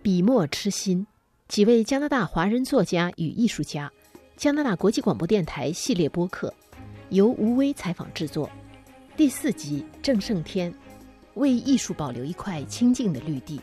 笔墨痴心，几位加拿大华人作家与艺术家，加拿大国际广播电台系列播客，由吴威采访制作。第4集郑胜天，为艺术保留一块清净的绿地。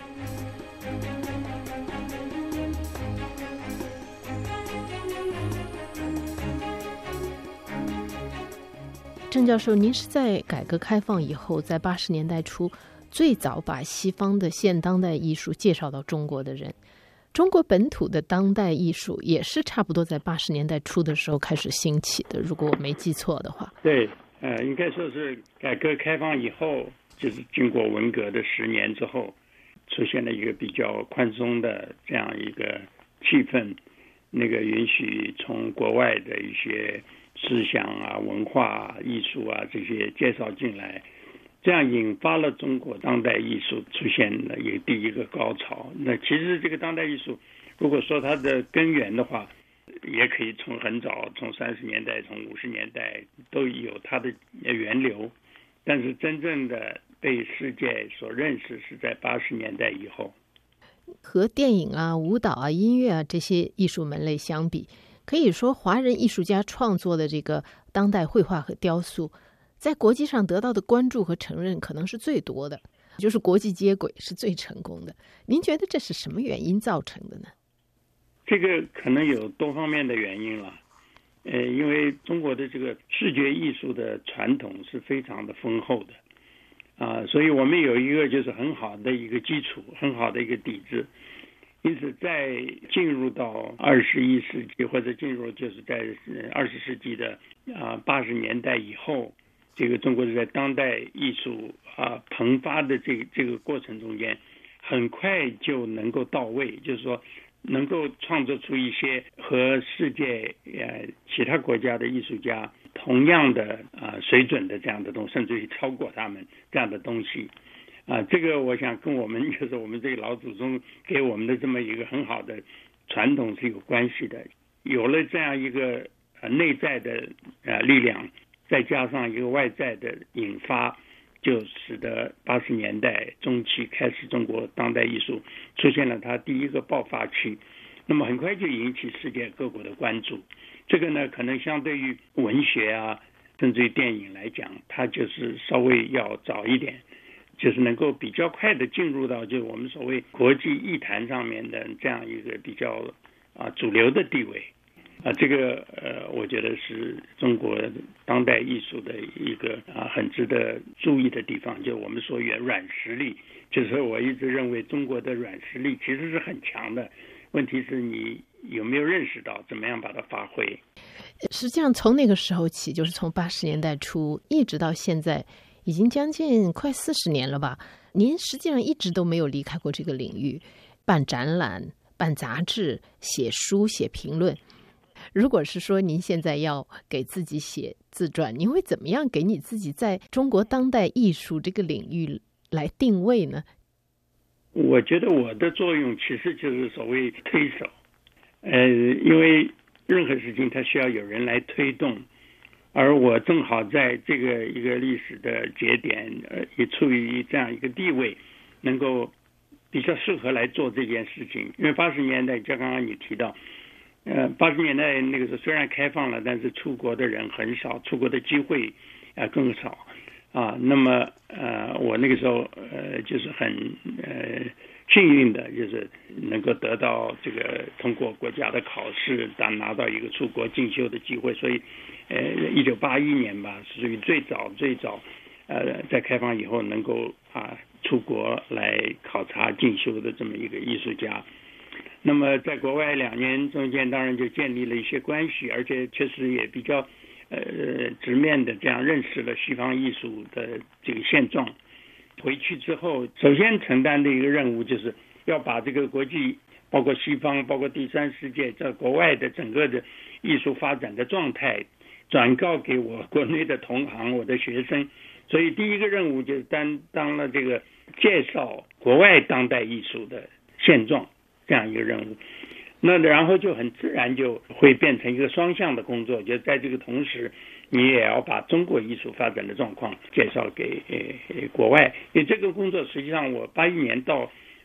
郑教授，您是在改革开放以后，在80年代初最早把西方的现当代艺术介绍到中国的人。中国本土的当代艺术也是差不多在80年代初的时候开始兴起的，如果我没记错的话。 对，应该说是改革开放以后，就是经过文革的10年之后，出现了一个比较宽松的这样一个气氛，那个允许从国外的一些思想啊、文化啊、艺术啊这些介绍进来，这样引发了中国当代艺术出现了一个第一个高潮。那其实这个当代艺术，如果说它的根源的话，也可以从很早，从30年代、从50年代都有它的源流，但是真正的被世界所认识是在80年代以后。 和电影啊、舞蹈啊、音乐啊这些艺术门类相比，可以说华人艺术家创作的这个当代绘画和雕塑，在国际上得到的关注和承认可能是最多的，就是国际接轨是最成功的。您觉得这是什么原因造成的呢？ 这个可能有多方面的原因了。因为中国的这个视觉艺术的传统是非常的丰厚的所以我们有一个就是很好的一个基础，很好的一个底子。因此在进入到21世纪，或者进入就是在20世纪的80年代以后，这个中国在当代艺术蓬发的这个过程中间，很快就能够到位，就是说能够创作出一些和世界其他国家的艺术家同样的水准的这样的东西，甚至于超过他们这样的东西这个我想跟我们就是我们这个老祖宗给我们的这么一个很好的传统是有关系的。有了这样一个内在的力量，再加上一个外在的引发，就使得80年代中期开始中国当代艺术出现了它第一个爆发期，那么很快就引起世界各国的关注。这个呢，可能相对于文学啊，甚至于电影来讲，它就是稍微要早一点，就是能够比较快的进入到就是我们所谓国际艺坛上面的这样一个比较主流的地位这个我觉得是中国当代艺术的一个很值得注意的地方，就我们说软实力，就是我一直认为中国的软实力其实是很强的，问题是你有没有认识到怎么样把它发挥。 实际上从那个时候起，就是从80年代初一直到现在，已经将近快40年了吧，您实际上一直都没有离开过这个领域，办展览、办杂志、写书、写评论。如果是说您现在要给自己写自传，您会怎么样给你自己在中国当代艺术这个领域来定位呢？ 我觉得我的作用其实就是所谓推手因为任何事情它需要有人来推动，而我正好在这个一个历史的节点也处于这样一个地位，能够比较适合来做这件事情。因为80年代就刚刚你提到80年代那个时候虽然开放了，但是出国的人很少，出国的机会更少那么我那个时候就是很幸运的，就是能够得到这个通过国家的考试，拿到一个出国进修的机会，所以1981年吧，是属于最早在开放以后能够出国来考察进修的这么一个艺术家。那么在国外2年中间，当然就建立了一些关系，而且确实也比较直面的这样认识了西方艺术的这个现状。回去之后，首先承担的一个任务就是要把这个国际，包括西方，包括第三世界，在国外的整个的艺术发展的状态转告给我国内的同行，我的学生。所以第一个任务就是当了这个介绍国外当代艺术的现状这样一个任务。那然后就很自然就会变成一个双向的工作，就在这个同时你也要把中国艺术发展的状况介绍给国外。因为这个工作实际上我81年到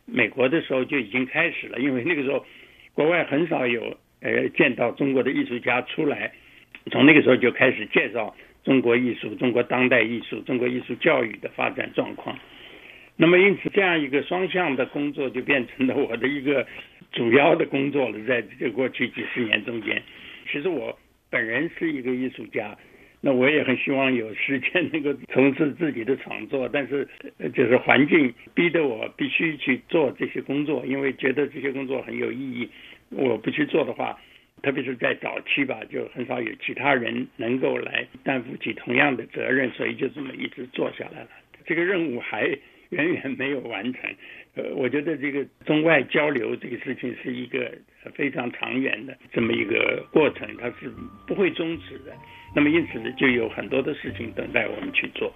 美国的时候就已经开始了，因为那个时候国外很少有见到中国的艺术家出来，从那个时候就开始介绍中国艺术、中国当代艺术、中国艺术教育的发展状况。那么因此这样一个双向的工作就变成了我的一个主要的工作了，在这过去几十年中间。其实我本人是一个艺术家，那我也很希望有时间能够从事自己的创作，但是就是环境逼得我必须去做这些工作，因为觉得这些工作很有意义。我不去做的话，特别是在早期吧，就很少有其他人能够来担负起同样的责任，所以就这么一直做下来了。这个任务还远远没有完成。我觉得这个中外交流这个事情是一个非常长远的这么一个过程，它是不会终止的。那么因此就有很多的事情等待我们去做。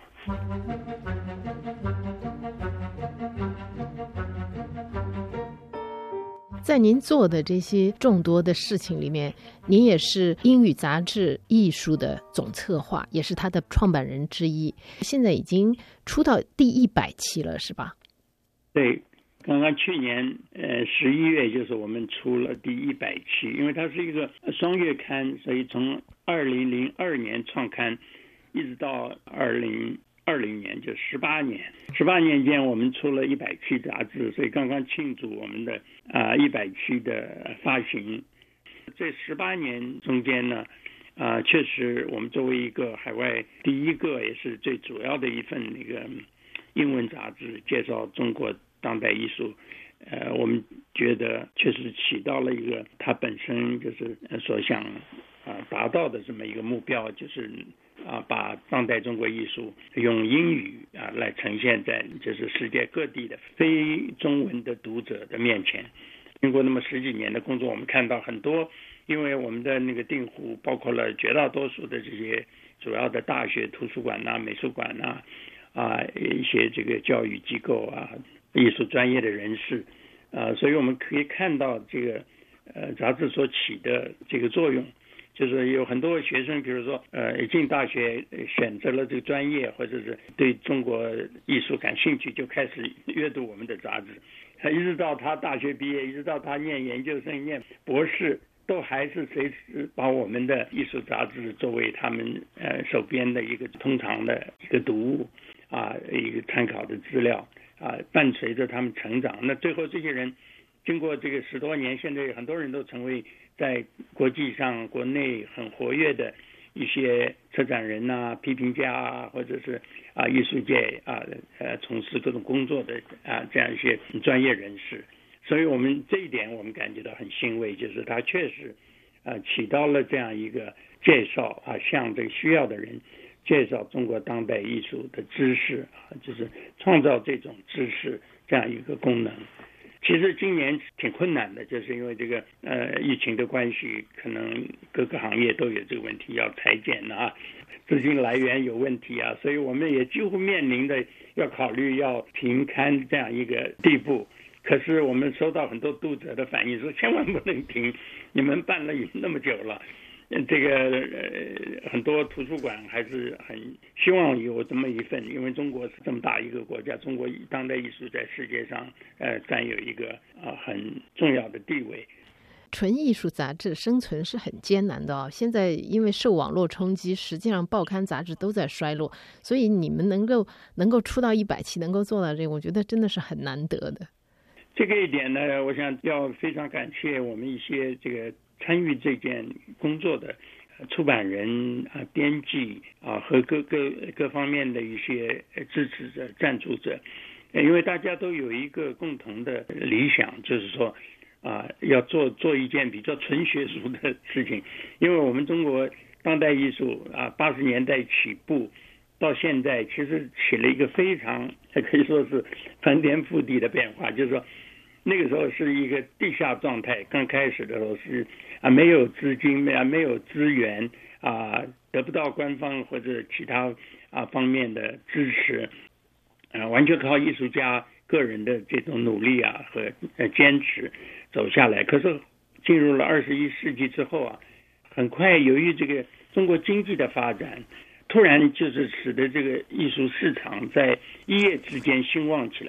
在您做的这些众多的事情里面，您也是英语杂志艺术的总策划，也是它的创办人之一。现在已经出到第100期了，是吧？ 对，刚刚去年11月就是我们出了第100期，因为它是一个双月刊，所以从2002年创刊一直到2020年，就18年间我们出了100期杂志，所以刚刚庆祝我们的100期的发行。这18年中间呢，确实我们作为一个海外第一个也是最主要的一份那个英文杂志，介绍中国当代艺术，我们觉得确实起到了一个它本身就是所想达到的这么一个目标，就是把当代中国艺术用英语来呈现在就是世界各地的非中文的读者的面前。经过那么10几年的工作，我们看到很多，因为我们的那个订户包括了绝大多数的这些主要的大学图书馆美术馆一些这个教育机构艺术专业的人士所以我们可以看到这个杂志所起的这个作用，就是有很多学生，比如说一进大学选择了这个专业，或者是对中国艺术感兴趣，就开始阅读我们的杂志，一直到他大学毕业，一直到他念研究生、念博士，都还是随时把我们的艺术杂志作为他们手边的一个通常的一个读物一个参考的资料伴随着他们成长。那最后这些人经过这个10多年，现在很多人都成为在国际上国内很活跃的一些策展人批评家或者是艺术界从事各种工作的这样一些专业人士。所以我们这一点我们感觉到很欣慰，就是他确实起到了这样一个介绍向这个需要的人介绍中国当代艺术的知识就是创造这种知识这样一个功能。其实今年挺困难的，就是因为这个疫情的关系，可能各个行业都有这个问题要裁减资金来源有问题所以我们也几乎面临的要考虑要停刊这样一个地步。可是我们收到很多读者的反应说千万不能停，你们办了那么久了，这个很多图书馆还是很希望有这么一份，因为中国是这么大一个国家，中国当代艺术在世界上占有一个很重要的地位。 纯艺术杂志生存是很艰难的现在因为受网络冲击，实际上报刊杂志都在衰落，所以你们能够出到100期，能够做到这个，我觉得真的是很难得的。 这个一点呢，我想要非常感谢我们一些这个参与这件工作的出版人编辑和各方面的一些支持者、赞助者，因为大家都有一个共同的理想，就是说要做一件比较纯学术的事情。因为我们中国当代艺术80年代起步到现在，其实起了一个非常可以说是翻天覆地的变化，就是说那个时候是一个地下状态，刚开始的时候是没有资金没有资源得不到官方或者其他方面的支持完全靠艺术家个人的这种努力和坚持走下来。可是进入了21世纪之后很快由于这个中国经济的发展，突然就是使得这个艺术市场在一夜之间兴旺起来。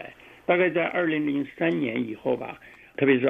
大概在2003年以后吧，特别是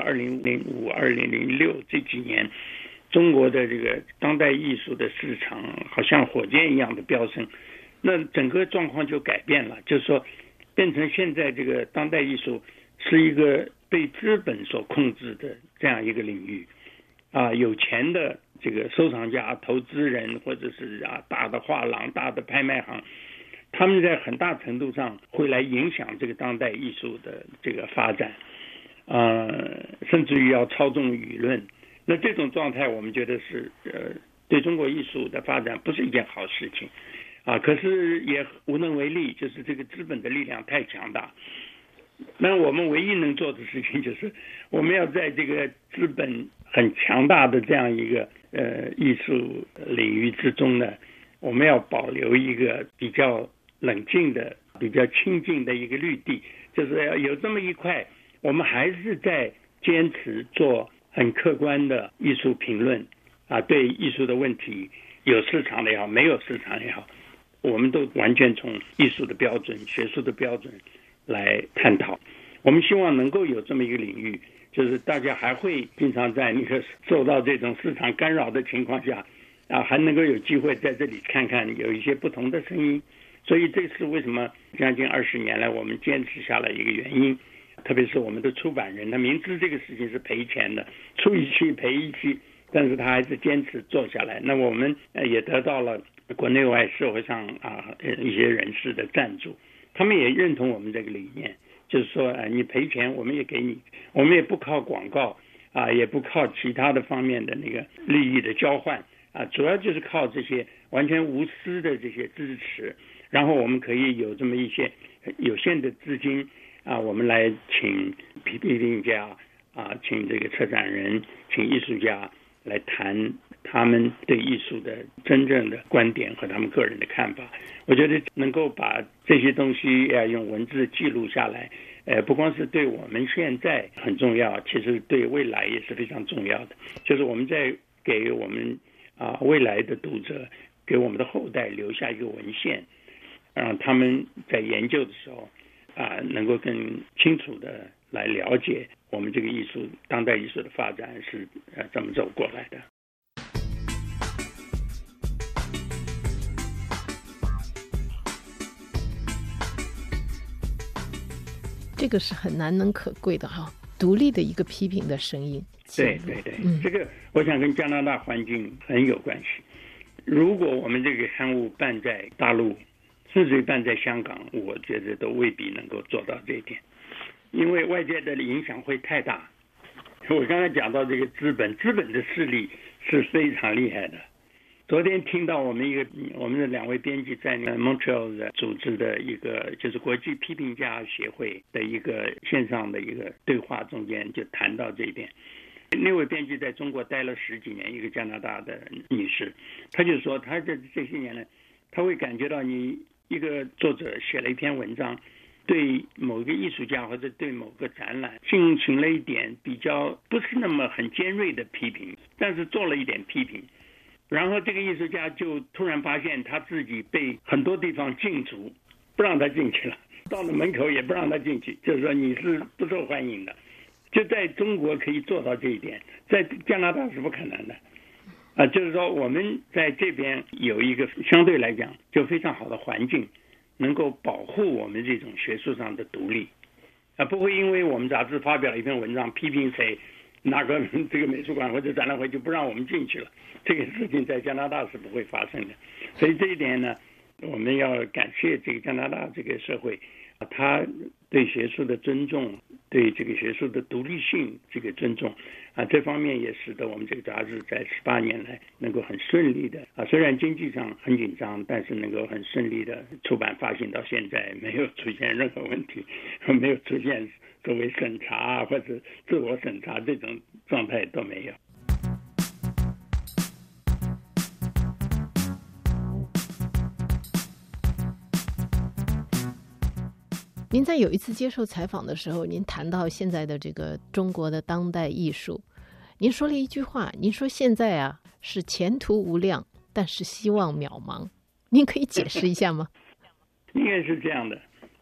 2005、2006这几年，中国的这个当代艺术的市场好像火箭一样的飙升，那整个状况就改变了，就是说变成现在这个当代艺术是一个被资本所控制的这样一个领域啊，有钱的这个收藏家、投资人或者是大的画廊、大的拍卖行，他们在很大程度上会来影响这个当代艺术的这个发展，甚至于要操纵舆论。那这种状态，我们觉得是对中国艺术的发展不是一件好事情啊。可是也无能为力，就是这个资本的力量太强大。那我们唯一能做的事情就是，我们要在这个资本很强大的这样一个艺术领域之中呢，我们要保留一个比较冷静的、比较清静的一个绿地，就是要有这么一块，我们还是在坚持做很客观的艺术评论啊，对艺术的问题，有市场的也好，没有市场也好，我们都完全从艺术的标准、学术的标准来探讨。我们希望能够有这么一个领域，就是大家还会经常在那个受到这种市场干扰的情况下还能够有机会在这里看看有一些不同的声音。所以这是为什么将近20年来我们坚持下来一个原因。特别是我们的出版人，他明知这个事情是赔钱的，出一期赔一期，但是他还是坚持做下来。那我们也得到了国内外社会上一些人士的赞助，他们也认同我们这个理念，就是说你赔钱我们也给你，我们也不靠广告也不靠其他的方面的那个利益的交换主要就是靠这些完全无私的这些支持，然后我们可以有这么一些有限的资金我们来请批评家请这个策展人，请艺术家来谈他们对艺术的真正的观点和他们个人的看法。我觉得能够把这些东西用文字记录下来，不光是对我们现在很重要，其实对未来也是非常重要的。就是我们在给我们未来的读者，给我们的后代留下一个文献，让他们在研究的时候能够更清楚的来了解我们这个艺术当代艺术的发展是怎么走过来的。 这个是很难能可贵的独立的一个批评的声音。 对对对，这个我想跟加拿大环境很有关系。如果我们这个刊物办在大陆，甚至于办在香港，我觉得都未必能够做到这一点，因为外界的影响会太大。我刚才讲到这个资本的势力是非常厉害的。昨天听到我们的2位编辑在Montreal 组织的一个就是国际批评家协会的一个线上的一个对话中间就谈到这一点。那位编辑在中国待了10几年，一个加拿大的女士，她就说她这些年呢，她会感觉到你一个作者写了一篇文章，对某个艺术家或者对某个展览进行了一点比较不是那么很尖锐的批评，但是做了一点批评，然后这个艺术家就突然发现他自己被很多地方禁足，不让他进去了，到了门口也不让他进去，就是说你是不受欢迎的。就在中国可以做到这一点，在加拿大是不可能的就是说我们在这边有一个相对来讲就非常好的环境，能够保护我们这种学术上的独立不会因为我们杂志发表了一篇文章批评谁，哪个这个美术馆或者展览会就不让我们进去了，这个事情在加拿大是不会发生的。所以这一点呢，我们要感谢这个加拿大这个社会，他对学术的尊重，对这个学术的独立性这个尊重这方面也使得我们这个杂志在18年来能够很顺利的虽然经济上很紧张，但是能够很顺利的出版发行到现在，没有出现任何问题，没有出现所谓审查或者自我审查这种状态都没有。 您在有一次接受采访的时候，您谈到现在的这个中国的当代艺术，您说了一句话，您说现在是前途无量，但是希望渺茫。您可以解释一下吗？ 应该是这样的，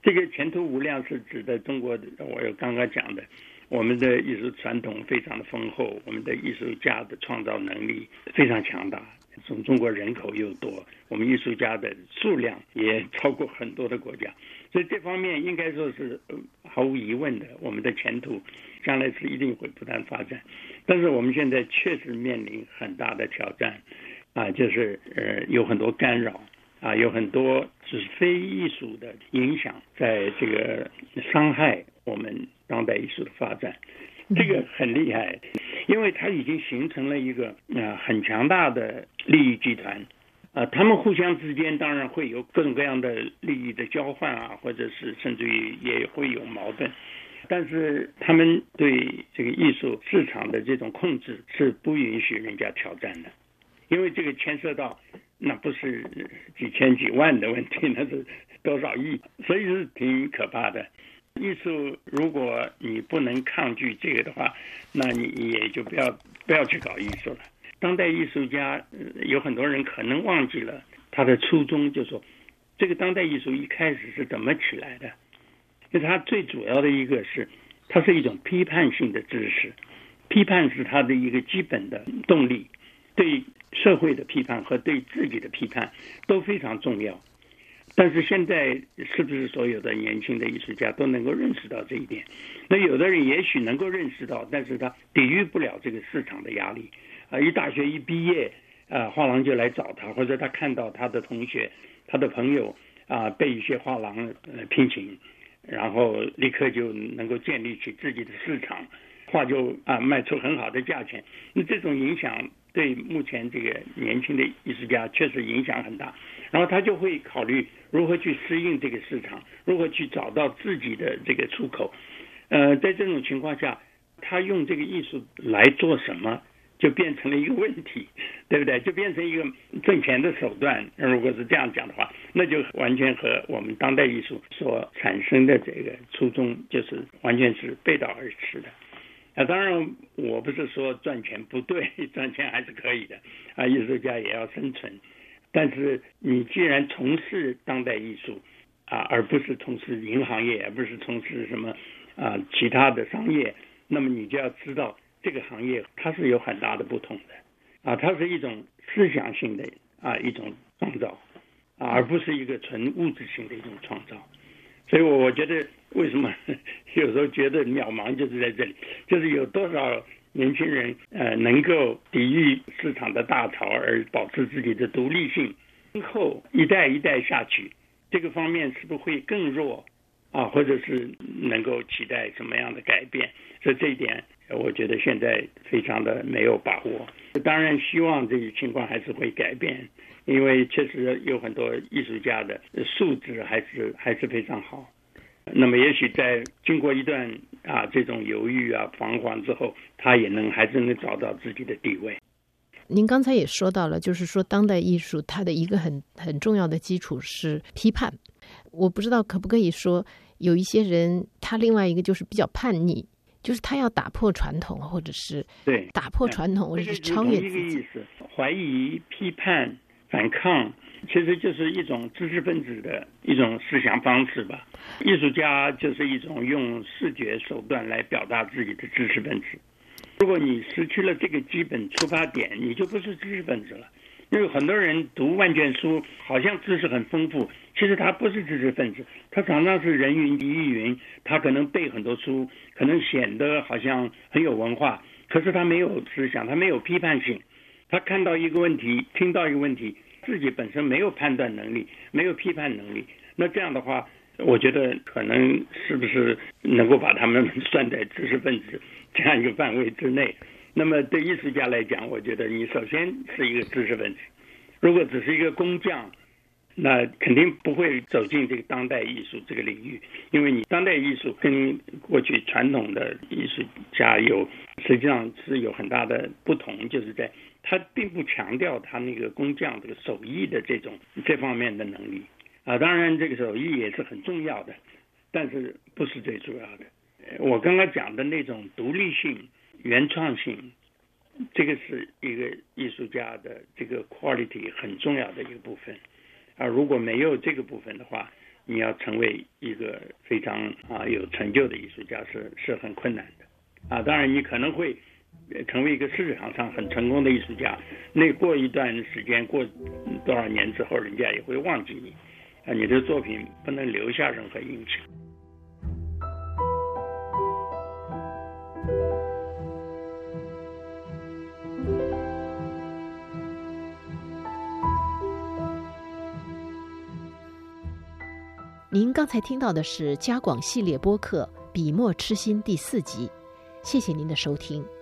这个前途无量是指的中国的，我有刚刚讲的，我们的艺术传统非常的丰厚，我们的艺术家的创造能力非常强大。中国人口又多，我们艺术家的数量也超过很多的国家，所以这方面应该说是毫无疑问的，我们的前途将来是一定会不断发展。但是我们现在确实面临很大的挑战就是有很多干扰有很多只是非艺术的影响，在这个伤害我们当代艺术的发展。这个很厉害，因为它已经形成了一个很强大的利益集团他们互相之间当然会有各种各样的利益的交换或者是甚至于也会有矛盾，但是他们对这个艺术市场的这种控制是不允许人家挑战的，因为这个牵涉到那不是几千几万的问题，那是多少亿，所以是挺可怕的。艺术如果你不能抗拒这个的话，那你也就不要去搞艺术了。当代艺术家有很多人可能忘记了他的初衷，就是说这个当代艺术一开始是怎么起来的。就它最主要的一个是它是一种批判性的知识，批判是它的一个基本的动力，对社会的批判和对自己的批判都非常重要。但是现在是不是所有的年轻的艺术家都能够认识到这一点？那有的人也许能够认识到，但是他抵御不了这个市场的压力一大学一毕业画廊就来找他，或者他看到他的同学他的朋友被一些画廊聘请，然后立刻就能够建立起自己的市场，画就卖出很好的价钱。那这种影响对目前这个年轻的艺术家确实影响很大，然后他就会考虑如何去适应这个市场，如何去找到自己的这个出口。在这种情况下，他用这个艺术来做什么，就变成了一个问题，对不对？就变成一个挣钱的手段。如果是这样讲的话，那就完全和我们当代艺术所产生的这个初衷就是完全是背道而驰的。当然我不是说赚钱不对，赚钱还是可以的艺术家也要生存。但是你既然从事当代艺术而不是从事银行业，而不是从事什么其他的商业，那么你就要知道这个行业它是有很大的不同的它是一种思想性的一种创造而不是一个纯物质性的一种创造。所以我觉得为什么有时候觉得渺茫，就是在这里，就是有多少年轻人能够抵御市场的大潮而保持自己的独立性，今后一代一代下去，这个方面是不是会更弱或者是能够期待什么样的改变？所以这一点我觉得现在非常的没有把握。当然希望这些情况还是会改变，因为确实有很多艺术家的素质还是非常好。那么也许在经过一段这种犹豫彷徨之后，他也还是能找到自己的地位。 您刚才也说到了，就是说当代艺术它的一个很重要的基础是批判。我不知道可不可以说有一些人他另外一个就是比较叛逆，就是他要打破传统，或者是打破传统，或者是超越自己。 这个意思，怀疑、批判、反抗，其实就是一种知识分子的一种思想方式吧。艺术家就是一种用视觉手段来表达自己的知识分子。如果你失去了这个基本出发点，你就不是知识分子了。因为很多人读万卷书，好像知识很丰富，其实他不是知识分子，他常常是人云亦云，他可能背很多书，可能显得好像很有文化，可是他没有思想，他没有批判性，他看到一个问题，听到一个问题，自己本身没有判断能力，没有批判能力，那这样的话，我觉得可能是不是能够把他们算在知识分子这样一个范围之内。那么对艺术家来讲，我觉得你首先是一个知识分子，如果只是一个工匠，那肯定不会走进这个当代艺术这个领域，因为你当代艺术跟过去传统的艺术家实际上是有很大的不同，就是在他并不强调他那个工匠这个手艺的这方面的能力当然这个手艺也是很重要的，但是不是最主要的。我刚刚讲的那种独立性、原创性，这个是一个艺术家的这个 quality 很重要的一个部分如果没有这个部分的话， 你要成为一个非常有成就的艺术家是很困难的当然你可能会成为一个市场上很成功的艺术家，那过一段时间，过多少年之后，人家也会忘记你你的作品不能留下任何印象。 您刚才听到的是加广系列播客《笔墨痴心》第4集，谢谢您的收听。